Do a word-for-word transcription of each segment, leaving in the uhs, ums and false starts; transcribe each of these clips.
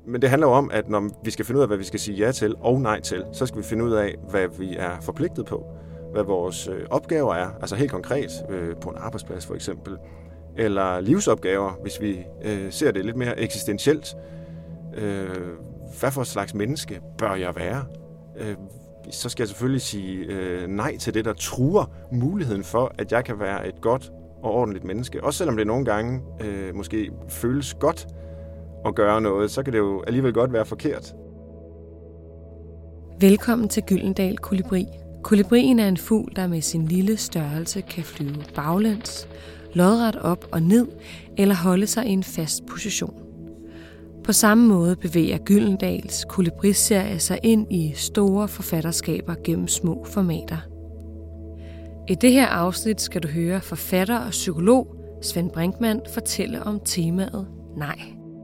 men det handler jo om, at når vi skal finde ud af, hvad vi skal sige ja til og nej til, så skal vi finde ud af, hvad vi er forpligtet på, hvad vores øh, opgaver er, altså helt konkret øh, på en arbejdsplads for eksempel, eller livsopgaver, hvis vi øh, ser det lidt mere eksistentielt. Øh, hvad for et slags menneske bør jeg være? Øh, så skal jeg selvfølgelig sige øh, nej til det, der truer muligheden for, at jeg kan være et godt og ordentligt menneske. Også selvom det nogle gange øh, måske føles godt at gøre noget, så kan det jo alligevel godt være forkert. Velkommen til Gyldendal Kolibri. Kolibrien er en fugl, der med sin lille størrelse kan flyve baglæns, lodret op og ned eller holde sig i en fast position. På samme måde bevæger Gyldendals kolibri-serie sig ind i store forfatterskaber gennem små formater. I det her afsnit skal du høre forfatter og psykolog Svend Brinkmann fortælle om temaet nej.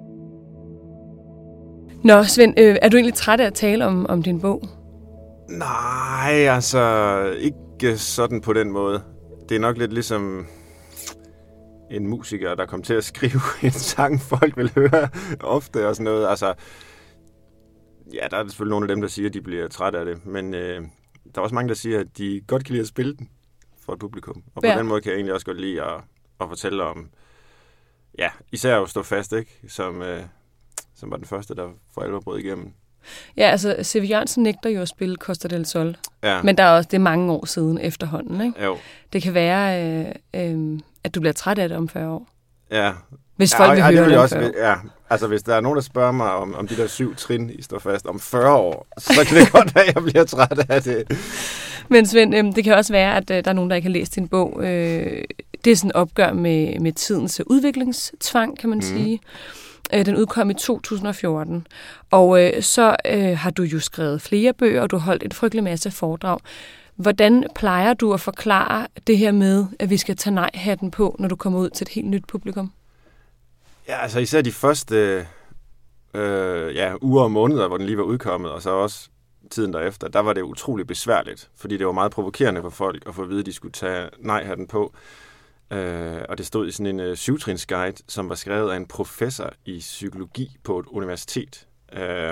Nå, Svend, øh, er du egentlig træt af at tale om, om din bog? Nej, altså ikke sådan på den måde. Det er nok lidt ligesom en musiker, der kom til at skrive en sang, folk vil høre ofte og sådan noget. Altså, ja, der er selvfølgelig nogle af dem, der siger, at de bliver trætte af det, men øh, der er også mange, der siger, at de godt kan lide at spille den for et publikum. Og på ja. den måde kan jeg egentlig også godt lide at, at fortælle om, ja, især at stå fast, ikke? Som, øh, som var den første, der for alvor brød igennem. Ja, altså, C V. Jørgensen nægter jo at spille Costa del Sol, ja. men der er også, det er mange år siden efterhånden, ikke? Jo. Det kan være, øh, øh, at du bliver træt af det om fyrre år. Ja. Hvis folk ja, vil ja, høre det, vil det om også, fyrre år. Ja, altså hvis der er nogen, der spørger mig om, om de der syv trin, I står fast om fyrre år, så kan det godt være, at jeg bliver træt af det. Men Svend, øh, det kan også være, at øh, der er nogen, der ikke har læst din bog. Øh, det er sådan et opgør med, med tidens udviklingstvang, kan man mm. sige. Den udkom i to tusind og fjorten, og øh, så øh, har du jo skrevet flere bøger, og du har holdt en frygtelig masse foredrag. Hvordan plejer du at forklare det her med, at vi skal tage nej-hatten på, når du kommer ud til et helt nyt publikum? Ja, altså især de første øh, ja, uger og måneder, hvor den lige var udkommet, og så også tiden derefter, der var det utroligt besværligt, fordi det var meget provokerende for folk at få at vide, at de skulle tage nej-hatten på. Uh, og det stod i sådan en uh, syvtrinsguide, som var skrevet af en professor i psykologi på et universitet. Uh,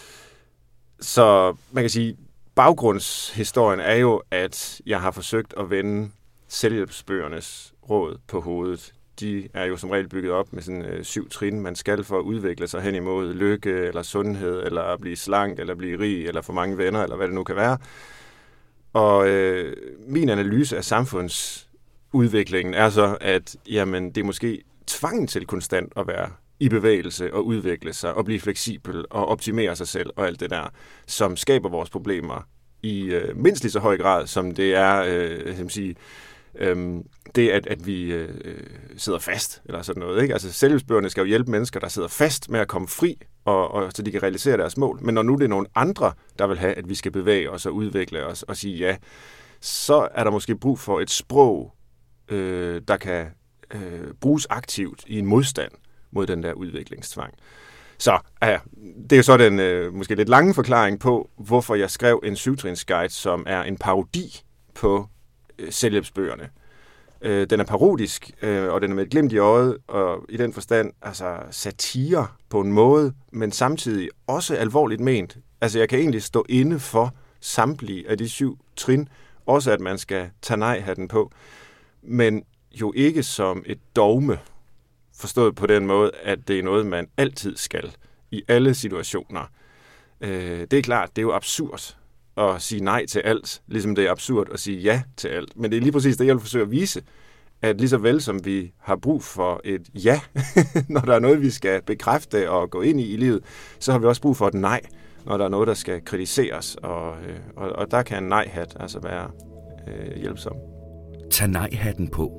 så man kan sige, baggrundshistorien er jo, at jeg har forsøgt at vende selvhjælpsbøgernes råd på hovedet. De er jo som regel bygget op med sådan uh, syv trin, man skal for at udvikle sig hen imod lykke, eller sundhed, eller at blive slank, eller blive rig, eller få mange venner, eller hvad det nu kan være. Og uh, min analyse af samfunds udviklingen er så, at jamen, det er måske tvangen til konstant at være i bevægelse og udvikle sig og blive fleksibel og optimere sig selv og alt det der, som skaber vores problemer i øh, mindst lige så høj grad, som det er øh, jeg sige, øh, det, at, at vi øh, sidder fast eller sådan noget. Ikke? Altså selvhjælpsbøgerne skal jo hjælpe mennesker, der sidder fast med at komme fri, og, og, så de kan realisere deres mål. Men når nu det er nogle andre, der vil have, at vi skal bevæge os og udvikle os og sige ja, så er der måske brug for et sprog, Øh, der kan øh, bruges aktivt i en modstand mod den der udviklingstvang. Så ja, det er jo så den øh, måske lidt lange forklaring på, hvorfor jeg skrev en syvtrinsguide, som er en parodi på øh, selvhjælpsbøgerne. Øh, den er parodisk, øh, og den er med et glimt i øjet, og i den forstand altså satire på en måde, men samtidig også alvorligt ment. Altså jeg kan egentlig stå inde for samtlige af de syv trin, også at man skal tage nej-hatten på, men jo ikke som et dogme, forstået på den måde, at det er noget, man altid skal, i alle situationer. Øh, det er klart, det er jo absurd at sige nej til alt, ligesom det er absurd at sige ja til alt. Men det er lige præcis det, jeg vil forsøge at vise, at lige så vel som vi har brug for et ja, når der er noget, vi skal bekræfte og gå ind i i livet, så har vi også brug for et nej, når der er noget, der skal kritiseres, og, og, og der kan en nej-hat altså være øh, hjælpsom. Tag nej-hatten på.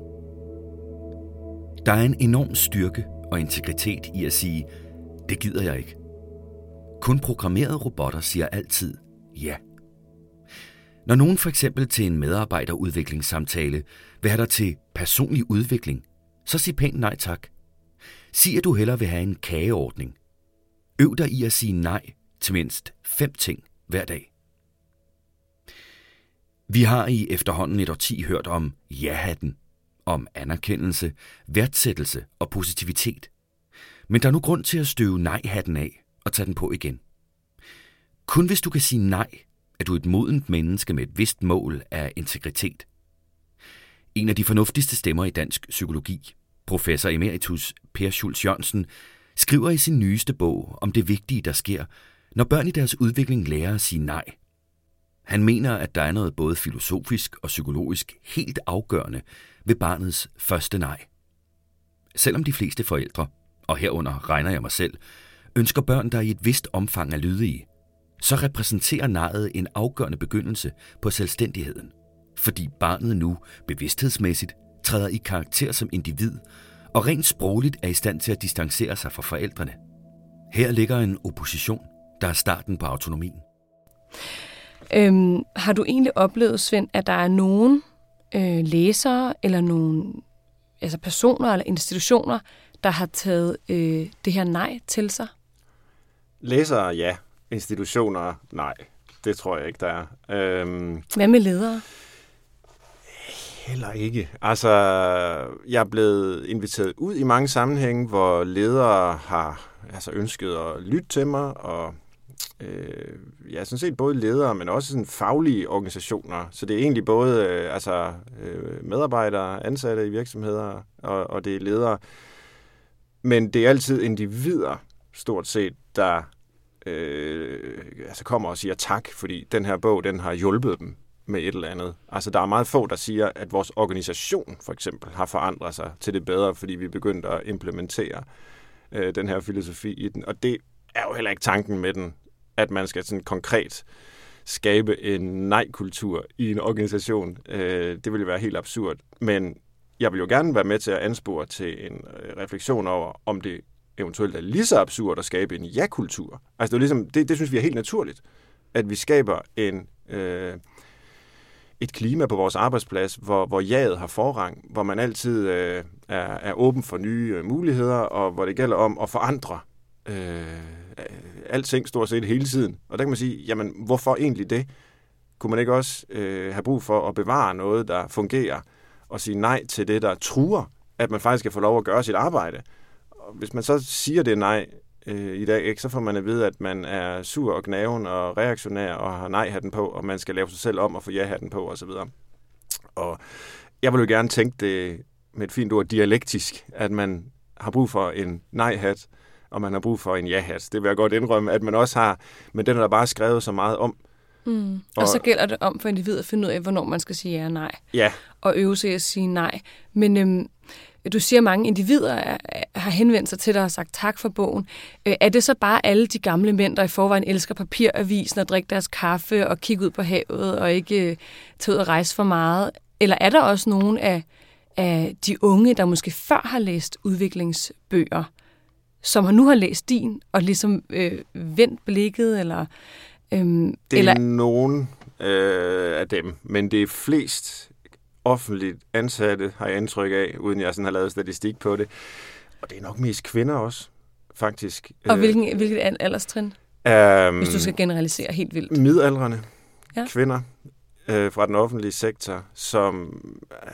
Der er en enorm styrke og integritet i at sige, det gider jeg ikke. Kun programmerede robotter siger altid ja. Når nogen for eksempel til en medarbejderudviklingssamtale vil have dig til personlig udvikling, så sig pænt nej tak. Sig, at du hellere vil have en kageordning. Øv dig i at sige nej til mindst fem ting hver dag. Vi har i efterhånden et årti hørt om ja-hatten, om anerkendelse, værdsættelse og positivitet. Men der er nu grund til at støve nej-hatten af og tage den på igen. Kun hvis du kan sige nej, er du et modent menneske med et vist mål af integritet. En af de fornuftigste stemmer i dansk psykologi, professor emeritus Per Schultz Jørgensen, skriver i sin nyeste bog om det vigtige, der sker, når børn i deres udvikling lærer at sige nej. Han mener, at der er noget både filosofisk og psykologisk helt afgørende ved barnets første nej. Selvom de fleste forældre, og herunder regner jeg mig selv, ønsker børn, der i et vist omfang er lydige, så repræsenterer nejet en afgørende begyndelse på selvstændigheden, fordi barnet nu bevidsthedsmæssigt træder i karakter som individ og rent sprogligt er i stand til at distancere sig fra forældrene. Her ligger en opposition, der er starten på autonomien. Øhm, har du egentlig oplevet, Svend, at der er nogen øh, læsere eller nogen altså personer eller institutioner, der har taget øh, det her nej til sig? Læsere, ja. Institutioner, nej. Det tror jeg ikke, der er. Øhm, Hvad med ledere? Heller ikke. Altså, jeg er blevet inviteret ud i mange sammenhænge, hvor ledere har altså, ønsket at lytte til mig, og øh, ja, sådan set både ledere, men også sådan faglige organisationer. Så det er egentlig både øh, altså, øh, medarbejdere, ansatte i virksomheder, og, og det er ledere. Men det er altid individer, stort set, der øh, altså kommer og siger tak, fordi den her bog, den har hjulpet dem med et eller andet. Altså, der er meget få, der siger, at vores organisation, for eksempel, har forandret sig til det bedre, fordi vi begyndte at implementere øh, den her filosofi i den. Og det er jo heller ikke tanken med den, at man skal sådan konkret skabe en nej-kultur i en organisation. Øh, det ville være helt absurd. Men jeg vil jo gerne være med til at anspore til en øh, refleksion over, om det eventuelt er lige så absurd at skabe en ja-kultur. Altså, det, er ligesom, det, det synes vi er helt naturligt, at vi skaber en... Øh, et klima på vores arbejdsplads, hvor, hvor jaget har forrang, hvor man altid øh, er, er åben for nye øh, muligheder, og hvor det gælder om at forandre øh, alting stort set hele tiden. Og der kan man sige, jamen, hvorfor egentlig det? Kunne man ikke også øh, have brug for at bevare noget, der fungerer, og sige nej til det, der truer, at man faktisk skal få lov at gøre sit arbejde? Og hvis man så siger det nej øh, i dag, ikke, så får man at vide, at man er sur og gnaven og reaktionær og har nej-hatten på, og man skal lave sig selv om og få ja-hatten på osv. Og jeg vil jo gerne tænke det med et fint ord dialektisk, at man har brug for en nej-hat, og man har brug for en ja-hat. Det vil jeg godt indrømme, at man også har, men den er der bare skrevet så meget om. Mm. Og, og så gælder det om for individet at finde ud af, hvornår man skal sige ja og nej. Ja. Og øve sig at sige nej. Men øhm, du siger, at mange individer er, har henvendt sig til dig og sagt tak for bogen. Øh, er det så bare alle de gamle mænd, der i forvejen elsker papiravisen og drikke deres kaffe og kigge ud på havet og ikke øh, tage ud og rejse for meget? Eller er der også nogen af, af de unge, der måske før har læst udviklingsbøger, som nu har læst din og ligesom øh, vendt blikket? Eller, øhm, det er eller... nogen øh, af dem, men det er flest offentligt ansatte, har jeg indtryk af, uden jeg sådan har lavet statistik på det. Og det er nok mest kvinder også, faktisk. Og hvilken, hvilket alderstrin? Um, Hvis du skal generalisere helt vildt. Midaldrende ja. kvinder øh, fra den offentlige sektor, som øh,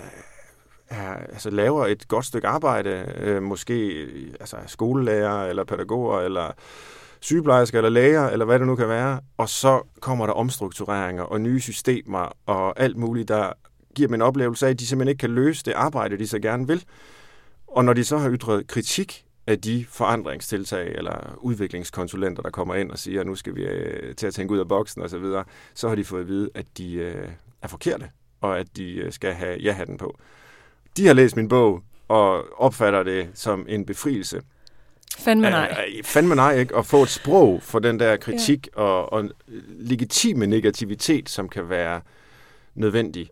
er, altså, laver et godt stykke arbejde, øh, måske altså, skolelærer, eller pædagoger, eller sygeplejersker, eller læger, eller hvad det nu kan være. Og så kommer der omstruktureringer og nye systemer og alt muligt, der giver dem en oplevelse af, at de simpelthen ikke kan løse det arbejde, de så gerne vil. Og når de så har ytret kritik af de forandringstiltag eller udviklingskonsulenter, der kommer ind og siger, at nu skal vi øh, til at tænke ud af boksen osv., så, så har de fået at vide, at de øh, er forkerte, og at de øh, skal have ja-hatten på. De har læst min bog og opfatter det som en befrielse. Fandme nej. Æh, fandme nej, ikke? At få et sprog for den der kritik ja. og, og legitime negativitet, som kan være nødvendig.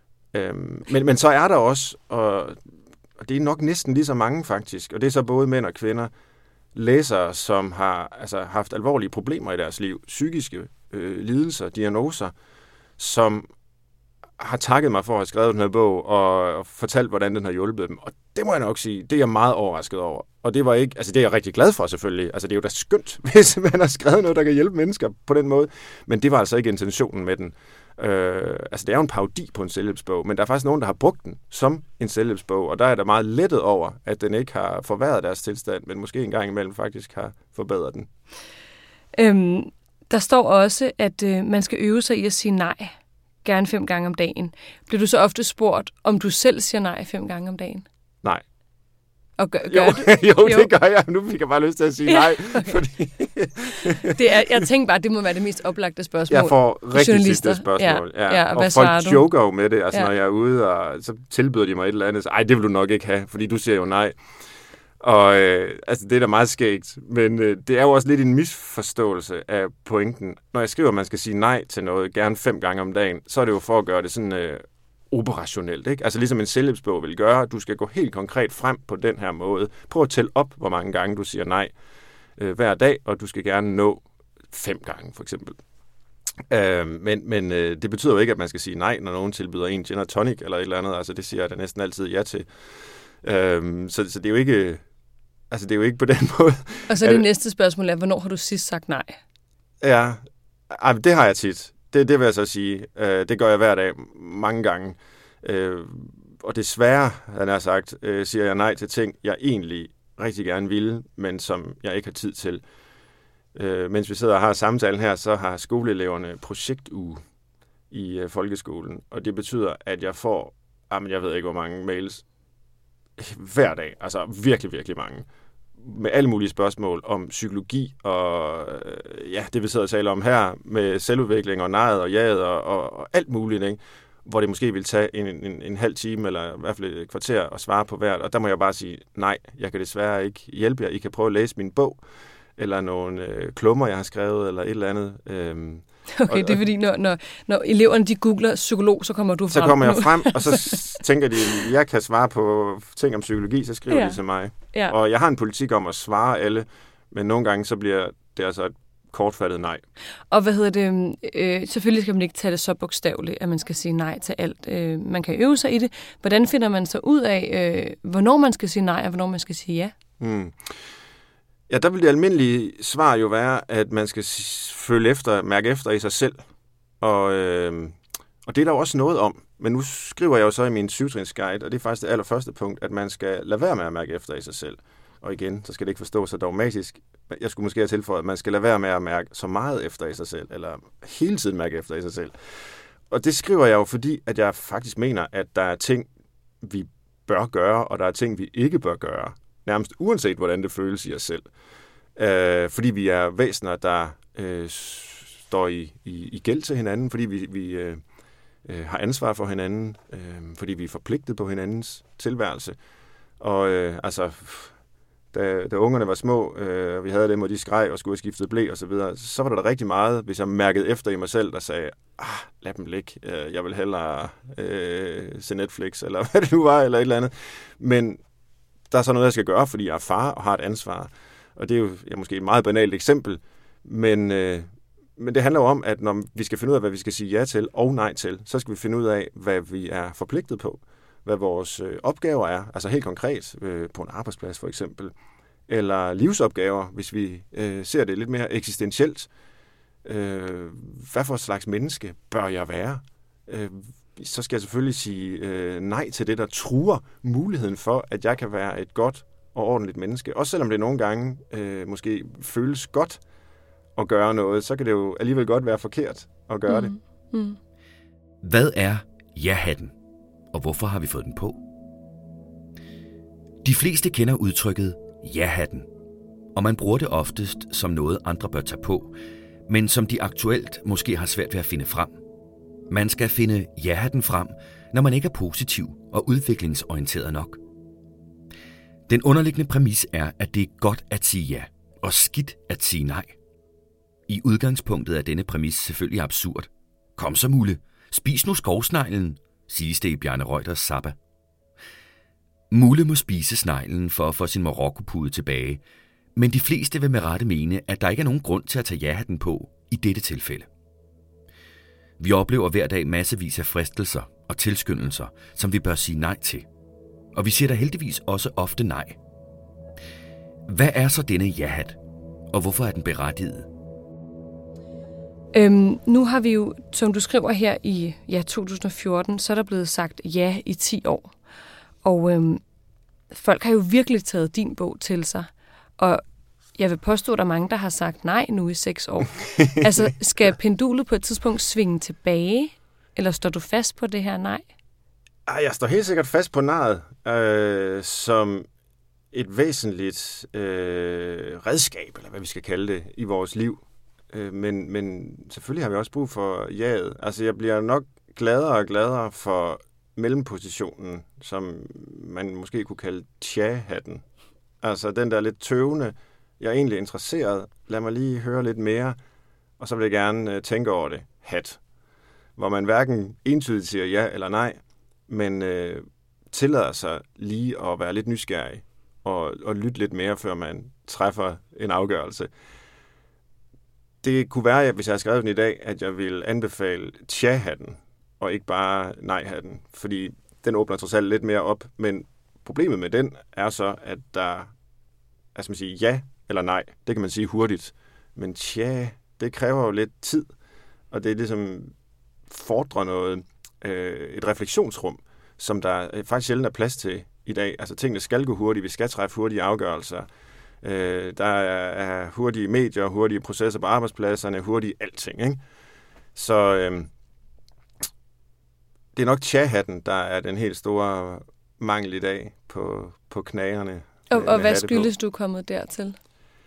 Øhm, men, men så er der også, og, og det er nok næsten lige så mange faktisk, og det er så både mænd og kvinder, læsere, som har altså, haft alvorlige problemer i deres liv, psykiske øh, lidelser, diagnoser, som har takket mig for at have skrevet den her bog og, og fortalt, hvordan den har hjulpet dem. Og det må jeg nok sige, det er jeg meget overrasket over. Og det var ikke, altså det er jeg rigtig glad for selvfølgelig. Altså det er jo da skønt, hvis man har skrevet noget, der kan hjælpe mennesker på den måde. Men det var altså ikke intentionen med den. Øh, altså det er jo en parodi på en selvhjælpsbog, men der er faktisk nogen, der har brugt den som en selvhjælpsbog, og der er der meget lettet over, at den ikke har forværret deres tilstand, men måske en gang imellem faktisk har forbedret den. Øhm, der står også, at øh, man skal øve sig i at sige nej, gerne fem gange om dagen. Bliver du så ofte spurgt, om du selv siger nej fem gange om dagen? Nej. Og gør, gør jo, du? jo, jo, det gør jeg. Nu fik jeg bare lyst til at sige ja, nej. Okay. Fordi det er, jeg tænker bare, at det må være det mest oplagte spørgsmål. Jeg får rigtig tit det spørgsmål. Ja, ja, og, og hvad folk joker jo med det. Altså, ja. når jeg er ude, og så tilbyder de mig et eller andet. Så, ej, det vil du nok ikke have, fordi du siger jo nej. Og øh, altså, det er da meget skægt. Men øh, det er jo også lidt en misforståelse af pointen. Når jeg skriver, at man skal sige nej til noget, gerne fem gange om dagen, så er det jo for at gøre det sådan øh, operationelt. Ikke? Altså ligesom en selvhjælpsbog vil gøre. Du skal gå helt konkret frem på den her måde. Prøv at tælle op, hvor mange gange du siger nej øh, hver dag, og du skal gerne nå fem gange, for eksempel. Øh, men men øh, det betyder jo ikke, at man skal sige nej, når nogen tilbyder en gin og tonic eller et eller andet. Altså det siger jeg da næsten altid ja til. Øh, så, så det er jo ikke... Altså, det er jo ikke på den måde. Og så er det næste spørgsmål er, hvornår har du sidst sagt nej? Ja, ej, det har jeg tit. Det, det vil jeg så sige. Øh, det gør jeg hver dag, mange gange. Øh, og desværre, han har sagt, øh, siger jeg nej til ting, jeg egentlig rigtig gerne ville, men som jeg ikke har tid til. Øh, mens vi sidder og har samtalen her, så har skoleeleverne projektuge i øh, folkeskolen. Og det betyder, at jeg får, jamen, jeg ved ikke, hvor mange mails hver dag. Altså virkelig, virkelig mange. Med alle mulige spørgsmål om psykologi og øh, ja, det vi sidder og taler om her, med selvudvikling og nejet og jaget og, og, og alt muligt, ikke? Hvor det måske vil tage en, en, en halv time eller i hvert fald et kvarter at svare på hvert. Og der må jeg bare sige, nej, jeg kan desværre ikke hjælpe jer. I kan prøve at læse min bog, eller nogle øh, klummer, jeg har skrevet, eller et eller andet. Øhm, Okay, og, det er fordi, når, når, når eleverne de googler psykolog, så kommer du frem. Så kommer jeg frem, og så tænker de, at jeg kan svare på ting om psykologi, så skriver ja. de til mig. Ja. Og jeg har en politik om at svare alle, men nogle gange så bliver det altså et kortfattet nej. Og hvad hedder det? Øh, selvfølgelig skal man ikke tage det så bogstaveligt, at man skal sige nej til alt. Øh, man kan øve sig i det. Hvordan finder man så ud af, øh, hvornår man skal sige nej, og hvornår man skal sige ja? Hmm. Ja, der vil det almindelige svar jo være, at man skal følge efter, mærke efter i sig selv. Og, øh, og det er der jo også noget om. Men nu skriver jeg jo så i min syvtrinsguide, og det er faktisk det allerførste punkt, at man skal lade være med at mærke efter i sig selv. Og igen, så skal det ikke forstås så dogmatisk. Jeg skulle måske have tilføjet, at man skal lade være med at mærke så meget efter i sig selv, eller hele tiden mærke efter i sig selv. Og det skriver jeg jo, fordi at jeg faktisk mener, at der er ting, vi bør gøre, og der er ting, vi ikke bør gøre. Nærmest uanset, hvordan det føles i os selv. Øh, fordi vi er væsener, der øh, står i, i, i gæld til hinanden, fordi vi, vi øh, øh, har ansvar for hinanden, øh, fordi vi er forpligtet på hinandens tilværelse. Og øh, altså, da, da ungerne var små, øh, og vi havde dem, og de skreg og skulle have skiftet ble og så videre, så var der da rigtig meget, hvis jeg mærkede efter i mig selv, der sagde, ah, lad dem ligge, jeg vil hellere øh, se Netflix, eller hvad det nu var, eller et eller andet. Men der er så noget, jeg skal gøre, fordi jeg er far og har et ansvar. Og det er jo ja, måske et meget banalt eksempel, men, øh, men det handler jo om, at når vi skal finde ud af, hvad vi skal sige ja til og nej til, så skal vi finde ud af, hvad vi er forpligtet på, hvad vores øh, opgaver er, altså helt konkret øh, på en arbejdsplads for eksempel, eller livsopgaver, hvis vi øh, ser det lidt mere eksistentielt. Øh, hvad for slags menneske bør jeg være? Øh, så skal jeg selvfølgelig sige øh, nej til det, der truer muligheden for, at jeg kan være et godt og ordentligt menneske. Også selvom det nogle gange øh, måske føles godt at gøre noget, så kan det jo alligevel godt være forkert at gøre mm. det. Mm. Hvad er ja-hatten, og hvorfor har vi fået den på? De fleste kender udtrykket ja-hatten, og man bruger det oftest som noget, andre bør tage på, men som de aktuelt måske har svært ved at finde frem. Man skal finde ja-hatten frem, når man ikke er positiv og udviklingsorienteret nok. Den underliggende præmis er, at det er godt at sige ja, og skidt at sige nej. I udgangspunktet er denne præmis selvfølgelig absurd. Kom så, Mulle, spis nu skovsneglen, siges det i Bjarne Reuters Zappa. Mulle må spise sneglen for at få sin marokkopude tilbage, men de fleste vil med rette mene, at der ikke er nogen grund til at tage ja-hatten på i dette tilfælde. Vi oplever hver dag massevis af fristelser og tilskyndelser, som vi bør sige nej til. Og vi siger der heldigvis også ofte nej. Hvad er så denne ja-hat, og hvorfor er den berettiget? Øhm, nu har vi jo, som du skriver her i ja, to tusind og fjorten, så er der blevet sagt ja i ti år. Og øhm, folk har jo virkelig taget din bog til sig. Og jeg vil påstå, at der er mange, der har sagt nej nu i seks år. Altså, skal pendulet på et tidspunkt svinge tilbage, eller står du fast på det her nej? Ej, jeg står helt sikkert fast på nejet, øh, som et væsentligt øh, redskab, eller hvad vi skal kalde det, i vores liv. Øh, men, men selvfølgelig har vi også brug for jaet. Altså, jeg bliver nok gladere og gladere for mellempositionen, som man måske kunne kalde tja-hatten. Altså den der lidt tøvende, jeg er egentlig interesseret, lad mig lige høre lidt mere, og så vil jeg gerne uh, tænke over det, hat. Hvor man hverken entydigt siger ja eller nej, men uh, tillader sig lige at være lidt nysgerrig, og, og lytte lidt mere, før man træffer en afgørelse. Det kunne være, hvis jeg havde skrevet den i dag, at jeg ville anbefale tja-hatten, og ikke bare nej-hatten, fordi den åbner trods alt lidt mere op, men problemet med den er så, at der, altså man siger ja eller nej, det kan man sige hurtigt, men tja, det kræver jo lidt tid, og det er ligesom fordrer noget, øh, et refleksionsrum, som der faktisk sjældent er plads til i dag. Altså tingene skal gå hurtigt, vi skal træffe hurtige afgørelser, øh, der er hurtige medier, hurtige processer på arbejdspladserne, hurtige alting, ikke? Så øh, det er nok tja-hatten, der er den helt store mangel i dag på, på knagerne. Og, og hvad skyldes du kommet dertil?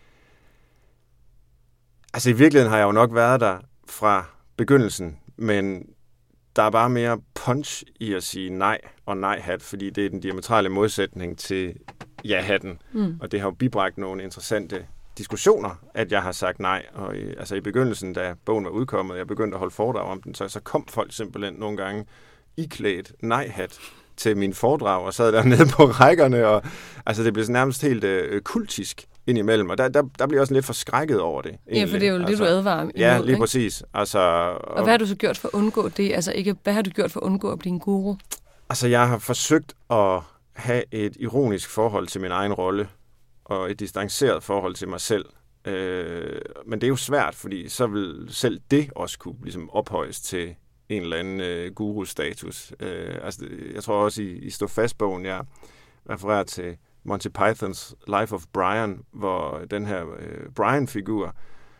Altså i virkeligheden har jeg jo nok været der fra begyndelsen, men der er bare mere punch i at sige nej og nej-hat, fordi det er den diametrale modsætning til ja-hatten. Mm. Og det har jo bibragt nogle interessante diskussioner, at jeg har sagt nej. Og i, altså i begyndelsen, da bogen var udkommet, jeg begyndte at holde foredrag om den, så, så kom folk simpelthen nogle gange iklædt nej-hat til min foredrag, og sad dernede på rækkerne, og altså det blev nærmest helt øh, kultisk indimellem, og der, der, der blev jeg også lidt forskrækket over det. Egentlig. Ja, for det er jo altså, lidt, du advarer imod, ja, lige ikke? præcis. Altså, og, og hvad har du så gjort for at undgå det? Altså ikke, hvad har du gjort for at undgå at blive en guru? Altså jeg har forsøgt at have et ironisk forhold til min egen rolle, og et distanceret forhold til mig selv. Øh, men det er jo svært, fordi så vil selv det også kunne ligesom ophøjes til en eller anden øh, guru-status. Øh, altså, jeg tror også, I, I står fast-bogen, jeg refererer til Monty Pythons Life of Brian, hvor den her øh, Brian-figur,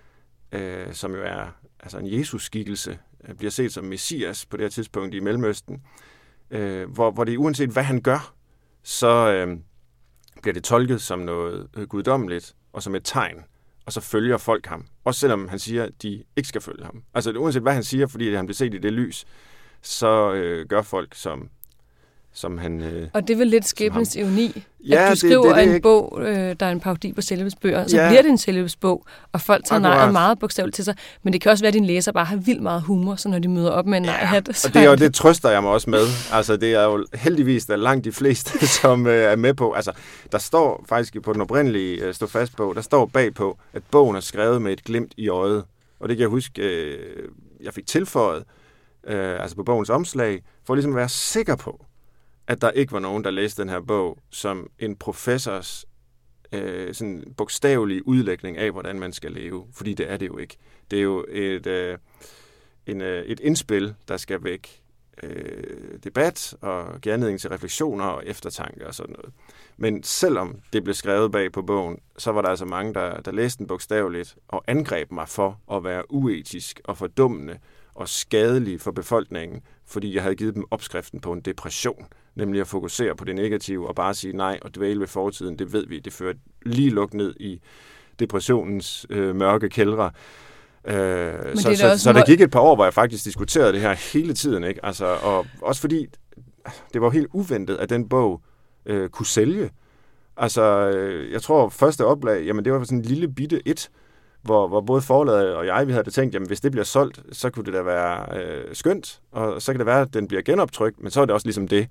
øh, som jo er altså en Jesus-skikkelse, øh, bliver set som messias på det her tidspunkt i Mellemøsten, øh, hvor, hvor det uanset hvad han gør, så øh, bliver det tolket som noget øh, guddommeligt og som et tegn, og så følger folk ham. Også selvom han siger, at de ikke skal følge ham. Altså uanset hvad han siger, fordi han bliver set i det lys, så øh, gør folk som, som han... Øh, og det er vel lidt skæbnens ironi, ja, at du skriver det, det, det, en bog, øh, der er en parodi på selvhjælpsbøger, så ja. bliver det en selvhjælpsbog, og folk tager Akkurat. nejet meget bogstaveligt til sig. Men det kan også være, at dine læser bare har vildt meget humor, så når de møder op med en ja, nej-hat. Og det, er jo, det trøster jeg mig også med. Altså det er jo heldigvis, der er langt de fleste, som øh, er med på. Altså der står faktisk på den oprindelige øh, stå fast bog, der står bagpå, at bogen er skrevet med et glimt i øjet. Og det kan jeg huske, øh, jeg fik tilføjet, øh, altså på bogens omslag, for ligesom at være sikker på, at der ikke var nogen, der læste den her bog som en professors øh, sådan bogstavelige udlægning af, hvordan man skal leve. Fordi det er det jo ikke. Det er jo et, øh, en, øh, et indspil, der skal vække øh, debat og give anledning til refleksioner og eftertanke og sådan noget. Men selvom det blev skrevet bag på bogen, så var der altså mange, der, der læste den bogstaveligt og angreb mig for at være uetisk og fordummende og skadelig for befolkningen, fordi jeg havde givet dem opskriften på en depression, nemlig at fokusere på det negative og bare sige nej og dvæle ved fortiden. Det ved vi, det fører lige lukket ned i depressionens øh, mørke kældre. Øh, så, så, så der gik et par år, hvor jeg faktisk diskuterede det her hele tiden, ikke? Altså, og også fordi det var helt uventet, at den bog øh, kunne sælge. Altså, øh, jeg tror første oplag, jamen det var sådan en lille bitte et, Hvor, hvor både forlaget og jeg, vi havde tænkt, jamen hvis det bliver solgt, så kunne det da være øh, skønt, og så kan det være, at den bliver genoptrykt, men så er det også ligesom det.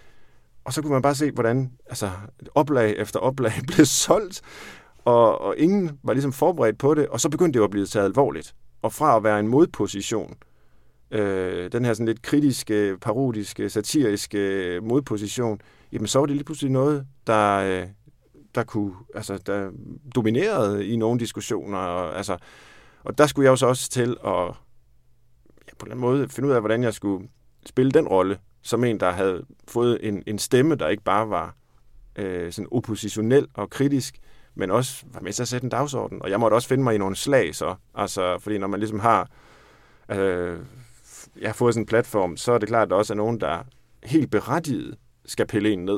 Og så kunne man bare se, hvordan altså, oplag efter oplag blev solgt, og, og ingen var ligesom forberedt på det, og så begyndte det jo at blive taget alvorligt. Og fra at være en modposition, øh, den her sådan lidt kritiske, parodiske, satiriske modposition, jamen så var det lige pludselig noget, der... Øh, der kunne, altså, der dominerede i nogle diskussioner, og, altså, og der skulle jeg jo så også til at ja, på en måde finde ud af, hvordan jeg skulle spille den rolle, som en, der havde fået en, en stemme, der ikke bare var øh, sådan oppositionel og kritisk, men også var med til at sætte en dagsorden. Og jeg måtte også finde mig i nogle slag så. Altså, fordi når man ligesom har øh, jeg har fået sådan en platform, så er det klart, at der også er nogen, der helt berettiget skal pille en ned.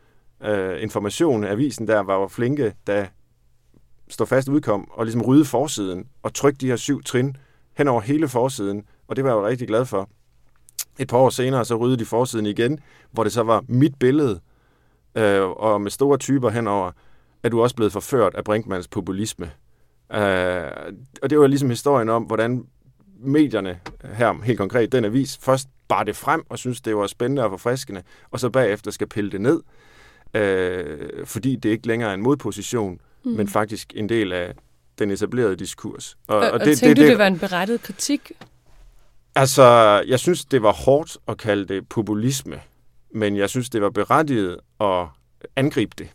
Øh, information, avisen der var jo flinke, da Stå Fast udkom, og ligesom rydde forsiden, og trykke de her syv trin hen over hele forsiden, og det var jeg jo rigtig glad for. Et par år senere, så ryddede de forsiden igen, hvor det så var mit billede, øh, og med store typer henover, at du også blevet forført af Brinkmanns populisme. Øh, og det var ligesom historien om, hvordan medierne her, helt konkret den avis, først bar det frem, og synes det var spændende og forfriskende, og så bagefter skal pille det ned, øh, fordi det ikke længere er en modposition, mm. men faktisk en del af den etablerede diskurs. Og, og, og det, tænkte det, du, det, det var en berettiget kritik? Altså, jeg synes, det var hårdt at kalde det populisme, men jeg synes, det var berettiget at angribe det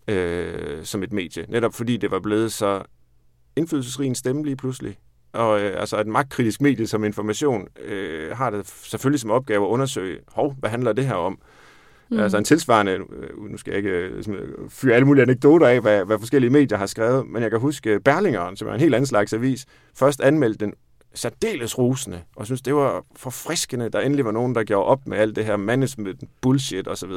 øh, som et medie, netop fordi det var blevet så indflydelsesrig en stemme lige pludselig. Og øh, altså et magtkritisk medie som Information øh, har det selvfølgelig som opgave at undersøge, hov, hvad handler det her om? Mm. Altså en tilsvarende, øh, nu skal jeg ikke øh, fyre alle mulige anekdoter af, hvad, hvad forskellige medier har skrevet, men jeg kan huske Berlingeren, som er en helt anden slags avis, først anmeldte den særdeles rosende, og synes, det var forfriskende, der endelig var nogen, der gjorde op med alt det her management, bullshit osv.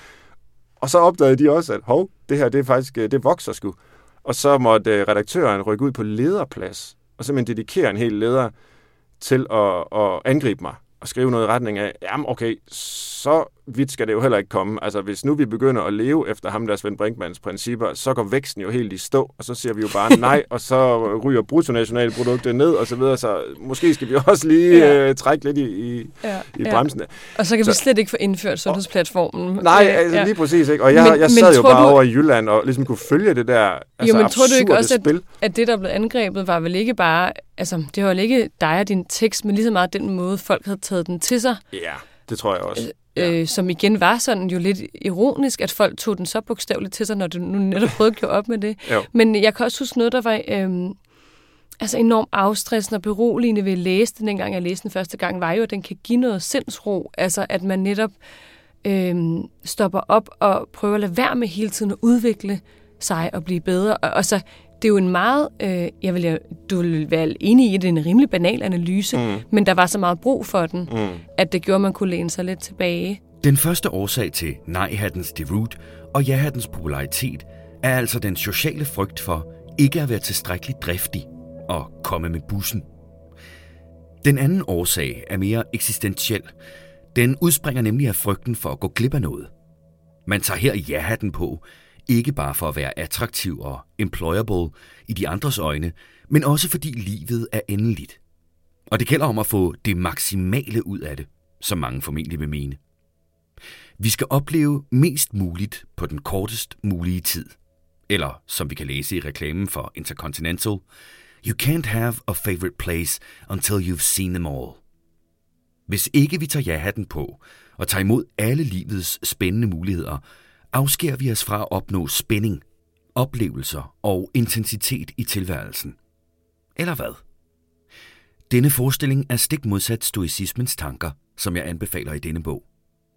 Og så opdagede de også, at hov, det her, det er faktisk, det vokser sgu. Og så måtte redaktøren rykke ud på lederplads, og simpelthen dedikere en hel leder til at, at angribe mig, og skrive noget i retning af, jamen okay, så vidt skal det jo heller ikke komme. Altså hvis nu vi begynder at leve efter ham der Svend Brinkmanns principper, så går væksten jo helt i stå, og så siger vi jo bare nej, og så ryger bruttonationalproduktet ned, og så videre, så måske skal vi også lige ja. øh, trække lidt i, i, ja, i bremsen. Ja. Og så kan så, vi slet ikke få indført sundhedsplatformen. Nej, altså ja. lige præcis, ikke? Og jeg, men, jeg sad men, jo bare du, over i Jylland, og ligesom kunne følge det der altså, jo, men tror du ikke også, at, at det, der blev angrebet, var vel ikke bare, altså det var vel ikke dig og din tekst, men lige så meget den måde, folk havde taget den til sig? Ja, det tror jeg også. Ja. Øh, som igen var sådan jo lidt ironisk, at folk tog den så bogstaveligt til sig, når du nu netop prøvede at gøre op med det. Jo. Men jeg kan også huske noget, der var øh, altså enormt afstressende og beroligende ved at læse den, dengang jeg læste den første gang, var jo, at den kan give noget sindsro. Altså at man netop øh, stopper op og prøver at lade være med hele tiden at udvikle sig og blive bedre. Og, og så det er jo en meget, øh, jeg vil, du vil være enig i, at det er en rimelig banal analyse, mm. men der var så meget brug for den, mm. at det gjorde, at man kunne læne sig lidt tilbage. Den første årsag til nej-hattens deroute og ja-hattens popularitet er altså den sociale frygt for ikke at være tilstrækkeligt driftig og komme med bussen. Den anden årsag er mere eksistentiel. Den udspringer nemlig af frygten for at gå glip af noget. Man tager her ja-hatten på, ikke bare for at være attraktiv og employable i de andres øjne, men også fordi livet er endeligt. Og det gælder om at få det maksimale ud af det, som mange formentlig vil mene. Vi skal opleve mest muligt på den kortest mulige tid. Eller, som vi kan læse i reklamen for Intercontinental, You can't have a favorite place until you've seen them all. Hvis ikke vi tager ja-hatten på og tager imod alle livets spændende muligheder, afskærer vi os fra at opnå spænding, oplevelser og intensitet i tilværelsen. Eller hvad? Denne forestilling er stik modsat stoicismens tanker, som jeg anbefaler i denne bog.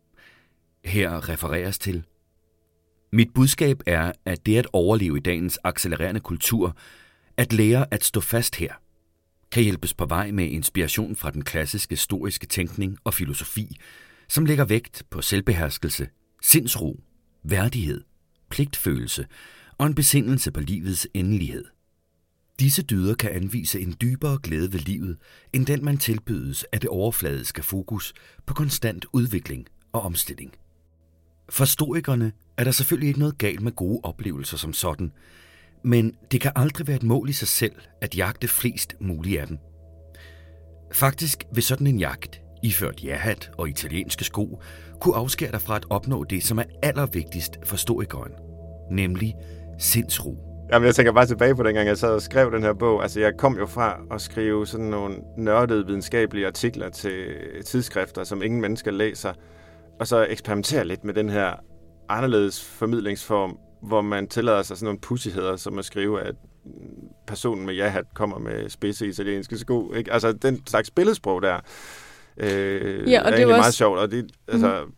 Her refereres til: Mit budskab er, at det at overleve i dagens accelererende kultur, at lære at stå fast her, kan hjælpes på vej med inspiration fra den klassiske stoiske tænkning og filosofi, som lægger vægt på selvbeherskelse, sindsro, værdighed, pligtfølelse og en besindelse på livets endelighed. Disse dyder kan anvise en dybere glæde ved livet, end den man tilbydes af det overfladiske fokus på konstant udvikling og omstilling. For stoikerne er der selvfølgelig ikke noget galt med gode oplevelser som sådan, men det kan aldrig være et mål i sig selv at jagte flest muligt af dem. Faktisk vil sådan en jagt, iført ja-hat og italienske sko, kunne afskære dig fra at opnå det, som er allervigtigst for stoikeren, nemlig sindsro. Jamen, jeg tænker bare tilbage på dengang, jeg sad og skrev den her bog. Altså, jeg kom jo fra at skrive sådan nogle nørdede videnskabelige artikler til tidsskrifter, som ingen mennesker læser, og så eksperimentere lidt med den her anderledes formidlingsform, hvor man tillader sig sådan nogle pussigheder, som at skrive, at personen med ja-hat kommer med spidse italienske sko. Ikke? Altså, den slags billedsprog der øh, ja, og er det egentlig også meget sjovt. Og det, altså, mm.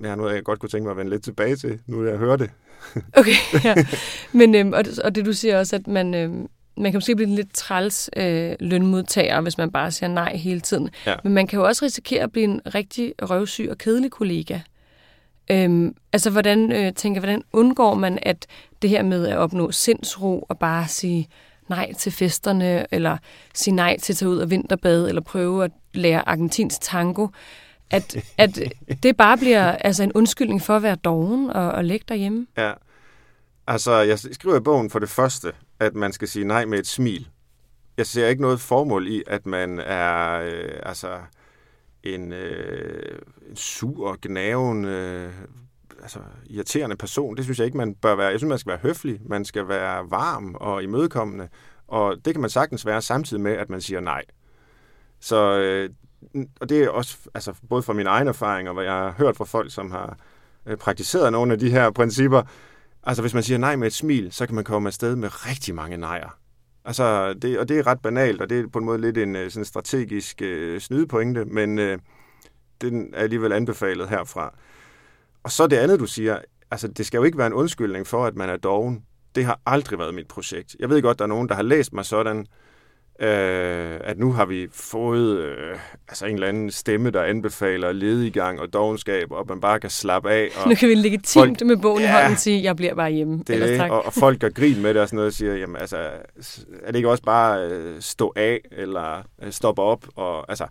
ja, noget, jeg godt kunne tænke mig at vende lidt tilbage til, nu jeg hører det. Okay, ja. Men, øhm, og, det, og det du siger også, at man, øhm, man kan måske blive en lidt træls øh, lønmodtager, hvis man bare siger nej hele tiden. Ja. Men man kan jo også risikere at blive en rigtig røvsyg og kedelig kollega. Øhm, altså, hvordan, øh, tænker, hvordan undgår man, at det her med at opnå sindsro og bare sige nej til festerne, eller sige nej til at tage ud og vinterbade, eller prøve at lære argentinsk tango, at, at det bare bliver altså en undskyldning for at være doven og, og ligge derhjemme? Ja, altså jeg skriver i bogen for det første, at man skal sige nej med et smil. Jeg ser ikke noget formål i, at man er øh, altså en, øh, en sur, gnaven, øh, altså irriterende person. Det synes jeg ikke, man bør være. Jeg synes, man skal være høflig, man skal være varm og imødekommende, og det kan man sagtens være samtidig med, at man siger nej. Så, øh, og det er også altså, både fra mine egne erfaringer, hvad jeg har hørt fra folk, som har øh, praktiseret nogle af de her principper. Altså, hvis man siger nej med et smil, så kan man komme afsted med rigtig mange nejer. Altså, det, og det er ret banalt, og det er på en måde lidt en sådan strategisk øh, snydepointe, men øh, den er alligevel anbefalet herfra. Og så det andet, du siger, altså, det skal jo ikke være en undskyldning for, at man er doven. Det har aldrig været mit projekt. Jeg ved godt, der er nogen, der har læst mig sådan, øh, at nu har vi fået øh, altså en eller anden stemme, der anbefaler lediggang og dovenskab, og man bare kan slappe af. Og nu kan vi legitimt folk, med bogen i ja, hånden sige, jeg bliver bare hjemme. Det er det, og, og folk gør grin med det og sådan noget, og siger, jamen altså, er det ikke også bare øh, stå af, eller øh, stoppe op, og altså...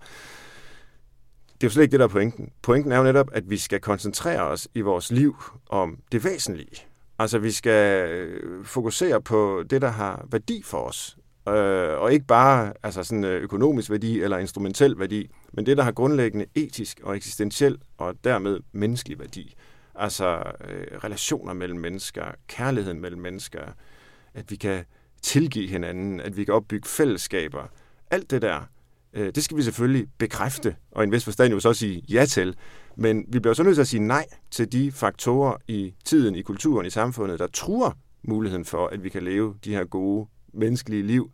Det er jo slet ikke det, der er pointen. Pointen er jo netop, at vi skal koncentrere os i vores liv om det væsentlige. Altså, vi skal fokusere på det, der har værdi for os. Øh, og ikke bare altså sådan økonomisk værdi eller instrumentel værdi, men det, der har grundlæggende etisk og eksistentiel og dermed menneskelig værdi. Altså øh, relationer mellem mennesker, kærligheden mellem mennesker, at vi kan tilgive hinanden, at vi kan opbygge fællesskaber. Alt det der, øh, det skal vi selvfølgelig bekræfte, og i en vis forstand jo så sige ja til. Men vi bliver så nødt til at sige nej til de faktorer i tiden, i kulturen, i samfundet, der truer muligheden for, at vi kan leve de her gode menneskelige liv,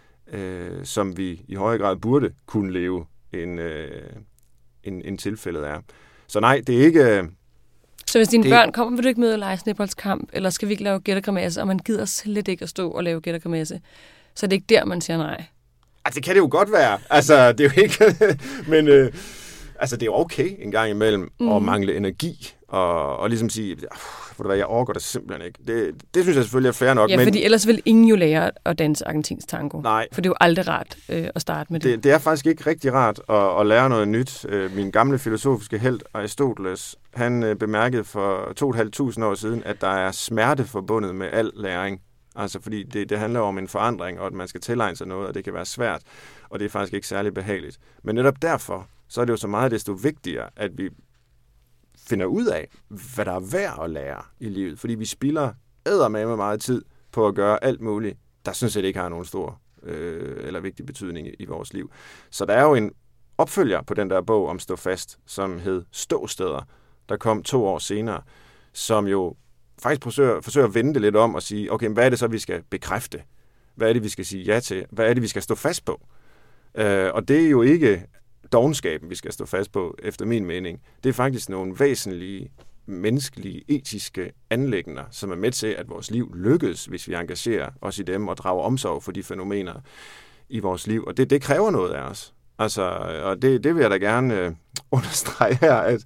øh, som vi i højere grad burde kunne leve, end, øh, end, end tilfældet er. Så nej, det er ikke... Så hvis dine det... børn kommer, vil du ikke møde og lege snibboldskamp, eller skal vi ikke lave gættergrimasse, og man gider slet ikke at stå og lave gættergrimasse, så det er ikke der, man siger nej? Altså, det kan det jo godt være. Altså, det er jo ikke... Men øh, altså, det er jo okay en gang imellem mm. at mangle energi, og, og ligesom sige... Jeg overgår det simpelthen ikke. Det, det synes jeg selvfølgelig er fair nok. Ja, men fordi ellers vil ingen jo lære at danse argentinsk tango. Nej. For det er jo aldrig rart øh, at starte med det. det. Det er faktisk ikke rigtig rart at, at lære noget nyt. Min gamle filosofiske helt, Aristoteles, han øh, bemærkede for to tusind fem hundrede år siden, at der er smerte forbundet med al læring. Altså fordi det, det handler om en forandring, og at man skal tilegne sig noget, og det kan være svært, og det er faktisk ikke særlig behageligt. Men netop derfor, så er det jo så meget desto vigtigere, at vi finder ud af, hvad der er værd at lære i livet. Fordi vi spilder eddermame meget tid på at gøre alt muligt, der synes jeg ikke har nogen stor øh, eller vigtig betydning i, i vores liv. Så der er jo en opfølger på den der bog om Stå Fast, som hed Ståsteder, der kom to år senere, som jo faktisk forsøger, forsøger at vende det lidt om og sige, okay, hvad er det så, vi skal bekræfte? Hvad er det, vi skal sige ja til? Hvad er det, vi skal stå fast på? Øh, og det er jo ikke dovenskaben, vi skal stå fast på, efter min mening. Det er faktisk nogle væsentlige, menneskelige, etiske anliggender, som er med til, at vores liv lykkes, hvis vi engagerer os i dem og drager omsorg for de fænomener i vores liv. Og det, det kræver noget af os. Altså, og det, det vil jeg da gerne øh, understrege her, at,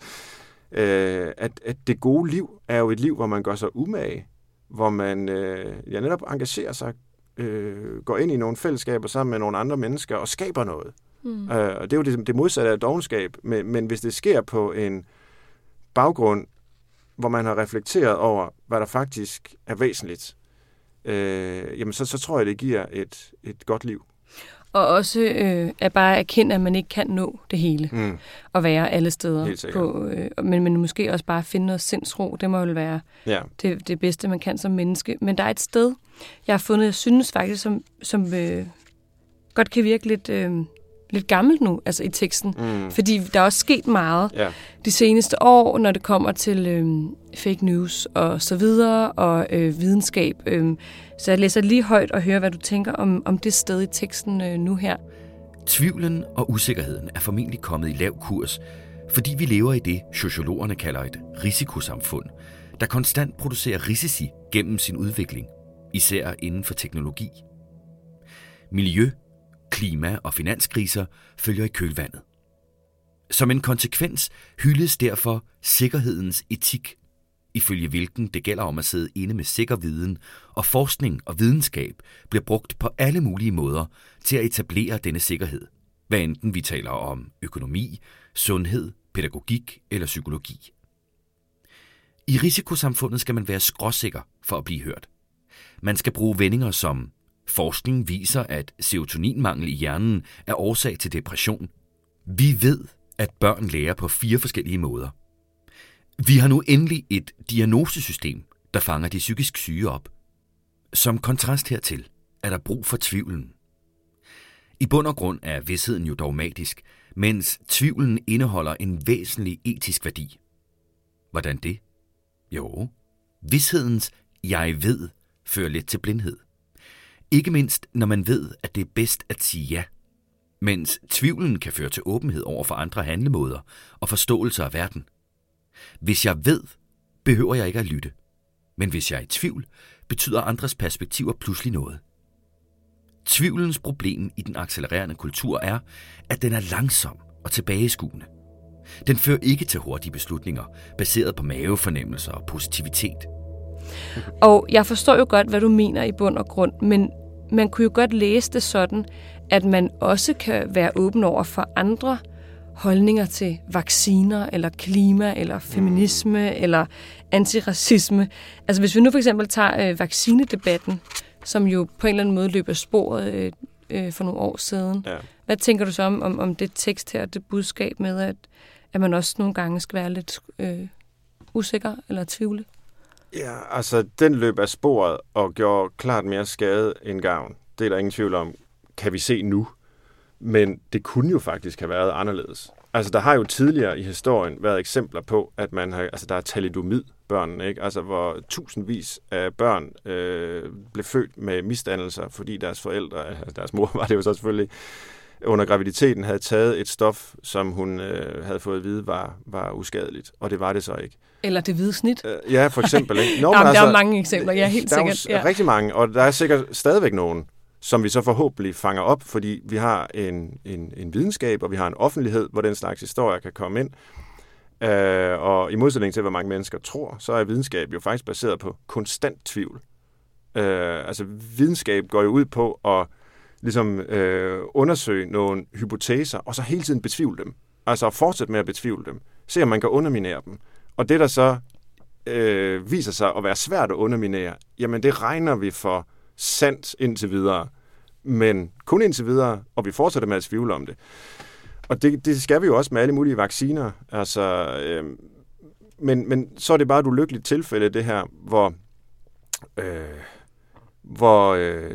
øh, at, at det gode liv er jo et liv, hvor man gør sig umage, hvor man øh, ja, netop engagerer sig, øh, går ind i nogle fællesskaber sammen med nogle andre mennesker og skaber noget. Mm. Øh, og det er jo det, det modsatte af dovenskab, men, men hvis det sker på en baggrund, hvor man har reflekteret over, hvad der faktisk er væsentligt, øh, jamen så, så tror jeg, det giver et, et godt liv. Og også øh, at bare erkende, at man ikke kan nå det hele, mm. og være alle steder. På, øh, men, men måske også bare finde noget sindsro, det må jo være ja. det, det bedste, man kan som menneske. Men der er et sted, jeg har fundet, jeg synes faktisk, som, som øh, godt kan virke lidt... Øh, lidt gammelt nu, altså i teksten. Mm. Fordi der er også sket meget yeah. de seneste år, når det kommer til øhm, fake news og så videre, og øh, videnskab. Øhm, så jeg læser lige højt og hører, hvad du tænker om, om det sted i teksten øh, nu her. Tvivlen og usikkerheden er formentlig kommet i lav kurs, Fordi vi lever i det, sociologerne kalder et risikosamfund, der konstant producerer risici gennem sin udvikling, især inden for teknologi. Miljø, klima og finanskriser følger i kølvandet. Som en konsekvens hyldes derfor sikkerhedens etik, ifølge hvilken det gælder om at sidde inde med sikker viden, og forskning og videnskab bliver brugt på alle mulige måder til at etablere denne sikkerhed, hvad enten vi taler om økonomi, sundhed, pædagogik eller psykologi. I risikosamfundet skal man være skråsikker for at blive hørt. Man skal bruge vendinger som: forskning viser, at serotoninmangel i hjernen er årsag til depression. Vi ved, at børn lærer på fire forskellige måder. Vi har nu endelig et diagnosesystem, der fanger de psykisk syge op. Som kontrast hertil er der brug for tvivlen. I bund og grund er vidsheden jo dogmatisk, mens tvivlen indeholder en væsentlig etisk værdi. Hvordan det? Jo, vidshedens jeg ved fører lidt til blindhed. Ikke mindst, når man ved, at det er bedst at sige ja. Mens tvivlen kan føre til åbenhed over for andre handlemåder og forståelse af verden. Hvis jeg ved, behøver jeg ikke at lytte. Men hvis jeg er i tvivl, betyder andres perspektiver pludselig noget. Tvivlens problem i den accelererende kultur er, at den er langsom og tilbageskuende. Den fører ikke til hurtige beslutninger, baseret på mavefornemmelser og positivitet. Og jeg forstår jo godt, hvad du mener i bund og grund, men man kunne jo godt læse det sådan, at man også kan være åben over for andre holdninger til vacciner, eller klima, eller feminisme, eller antiracisme. Altså hvis vi nu for eksempel tager øh, vaccinedebatten, som jo på en eller anden måde løber sporet øh, øh, for nogle år siden. Ja. Hvad tænker du så om, om, om det tekst her, det budskab med, at, at man også nogle gange skal være lidt øh, usikker eller tvivle? Ja, altså den løb af sporet og gjorde klart mere skade end gavn. Det er der ingen tvivl om, kan vi se nu. Men det kunne jo faktisk have været anderledes. Altså der har jo tidligere i historien været eksempler på, at man har, altså der er thalidomid børnene, ikke? Altså hvor tusindvis af børn øh, blev født med misdannelser, fordi deres forældre, altså deres mor var det jo så selvfølgelig, under graviditeten havde taget et stof, som hun øh, havde fået at vide var, var uskadeligt, og det var det så ikke. Eller det hvide snit. Øh, ja, for eksempel. Ikke? Nå, Jamen, altså, der er mange eksempler, ja, helt der sikkert. Der er ja. rigtig mange, og der er sikkert stadigvæk nogen, som vi så forhåbentlig fanger op, fordi vi har en, en, en videnskab, og vi har en offentlighed, hvor den slags historier kan komme ind. Øh, og i modsætning til, hvad mange mennesker tror, så er videnskab jo faktisk baseret på konstant tvivl. Øh, altså videnskab går jo ud på at ligesom, øh, undersøge nogle hypoteser, og så hele tiden betvivle dem. Altså at fortsætte med at betvivle dem. Se, om man kan underminere dem. Og det, der så øh, viser sig at være svært at underminere, jamen det regner vi for sandt indtil videre, men kun indtil videre, og vi fortsætter med at tvivle om det. Og det, det skal vi jo også med alle mulige vacciner. Altså, øh, men, men så er det bare et ulykkeligt tilfælde, det her, hvor, øh, hvor øh,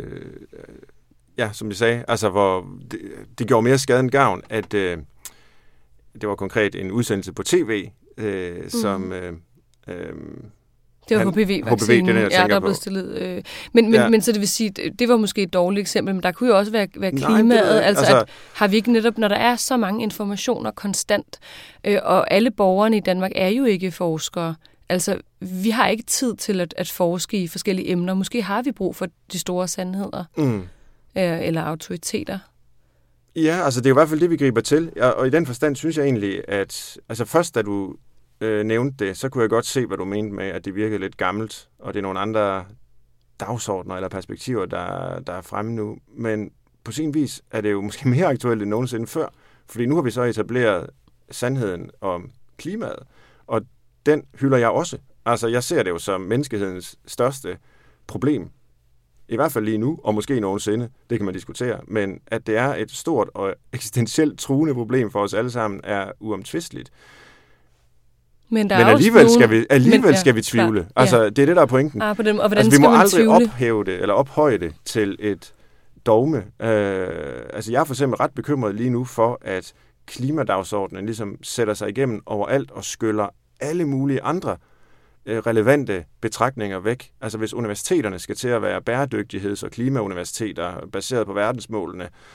ja, som jeg sagde, altså, hvor det, det gjorde mere skade end gavn, at øh, det var konkret en udsendelse på tv, øh, mm. som... Øh, øh, Det var H P V-vaccinen, ja, der er blevet stillet. Øh. Men, men, ja. men så det vil sige, det var måske et dårligt eksempel, men der kunne jo også være, være klimaet. Nej, det, altså, altså at, har vi ikke netop, når der er så mange informationer konstant, øh, og alle borgerne i Danmark er jo ikke forskere, altså vi har ikke tid til at, at forske i forskellige emner. Måske har vi brug for de store sandheder, mm. øh, eller autoriteter. Ja, altså det er jo i hvert fald det, vi griber til. Og i den forstand synes jeg egentlig, at altså først da du øh, nævnte det, så kunne jeg godt se, hvad du mente med, at det virkede lidt gammelt, og det er nogle andre dagsordner eller perspektiver, der, der er fremme nu. Men på sin vis er det jo måske mere aktuelt end nogensinde før, fordi nu har vi så etableret sandheden om klimaet, og den hylder jeg også. Altså jeg ser det jo som menneskehedens største problem, i hvert fald lige nu, og måske nogensinde, det kan man diskutere, men at det er et stort og eksistentielt truende problem for os alle sammen, er uomtvisteligt. Men, der men er alligevel, nogle... skal vi, alligevel men, ja, skal vi tvivle. klar, altså, ja. det er det, der er pointen. Ah, på den, og altså, vi må aldrig tvivle? ophæve det, eller ophøje det til et dogme. Øh, altså, jeg er for eksempel ret bekymret lige nu for, at klimadagsordenen ligesom sætter sig igennem overalt og skyller alle mulige andre relevante betragtninger væk. Altså hvis universiteterne skal til at være bæredygtigheds- og klimauniversiteter baseret på verdensmålene,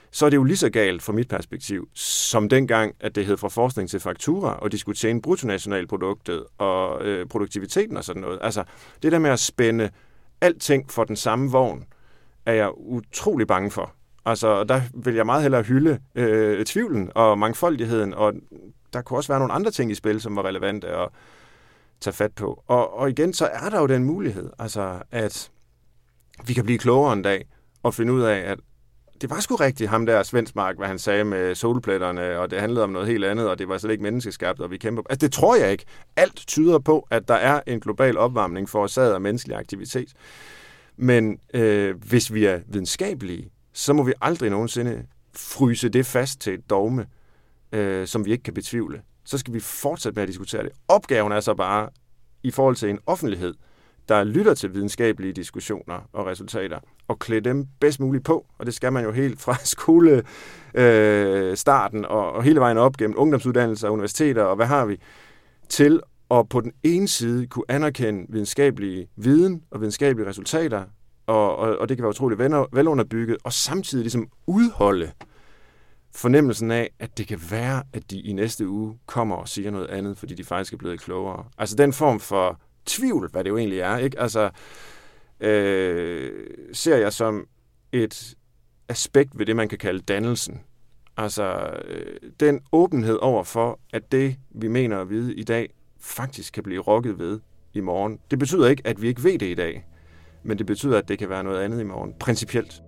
så er det jo lige så galt fra mit perspektiv, som dengang, at det hed fra forskning til faktura, og de skulle tjene bruttonationalproduktet og øh, produktiviteten og sådan noget. Altså, det der med at spænde alting for den samme vogn, er jeg utrolig bange for. Altså, der vil jeg meget hellere hylde øh, tvivlen og mangfoldigheden, og der kunne også være nogle andre ting i spil, som var relevante at tage fat på. Og, og igen, så er der jo den mulighed, altså, at vi kan blive klogere en dag, og finde ud af, at det var sgu rigtigt, ham der Svensmark, hvad han sagde med solpletterne, og det handlede om noget helt andet, og det var slet ikke menneskeskabt, og vi kæmper. Altså, det tror jeg ikke. Alt tyder på, at der er en global opvarmning forårsaget af menneskelig aktivitet. Men øh, hvis vi er videnskabelige, så må vi aldrig nogensinde fryse det fast til et dogme, øh, som vi ikke kan betvivle. Så skal vi fortsætte med at diskutere det. Opgaven er så bare, i forhold til en offentlighed, der lytter til videnskabelige diskussioner og resultater, og klæde dem bedst muligt på. Og det skal man jo helt fra skolestarten øh, og, og hele vejen op gennem ungdomsuddannelser, universiteter og hvad har vi, til at på den ene side kunne anerkende videnskabelige viden og videnskabelige resultater, og, og, og det kan være utroligt velunderbygget, og samtidig ligesom udholde fornemmelsen af, at det kan være, at de i næste uge kommer og siger noget andet, fordi de faktisk er blevet klogere. Altså den form for tvivl, hvad det jo egentlig er, ikke? Altså, øh, ser jeg som et aspekt ved det, man kan kalde dannelsen. Altså, øh, den åbenhed over for, at det, vi mener at vide i dag, faktisk kan blive rokket ved i morgen. Det betyder ikke, at vi ikke ved det i dag, men det betyder, at det kan være noget andet i morgen, principielt.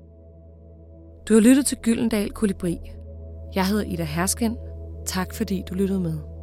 Du har lyttet til Gyldendal Kolibri. Jeg hedder Ida Hersken. Tak fordi du lyttede med.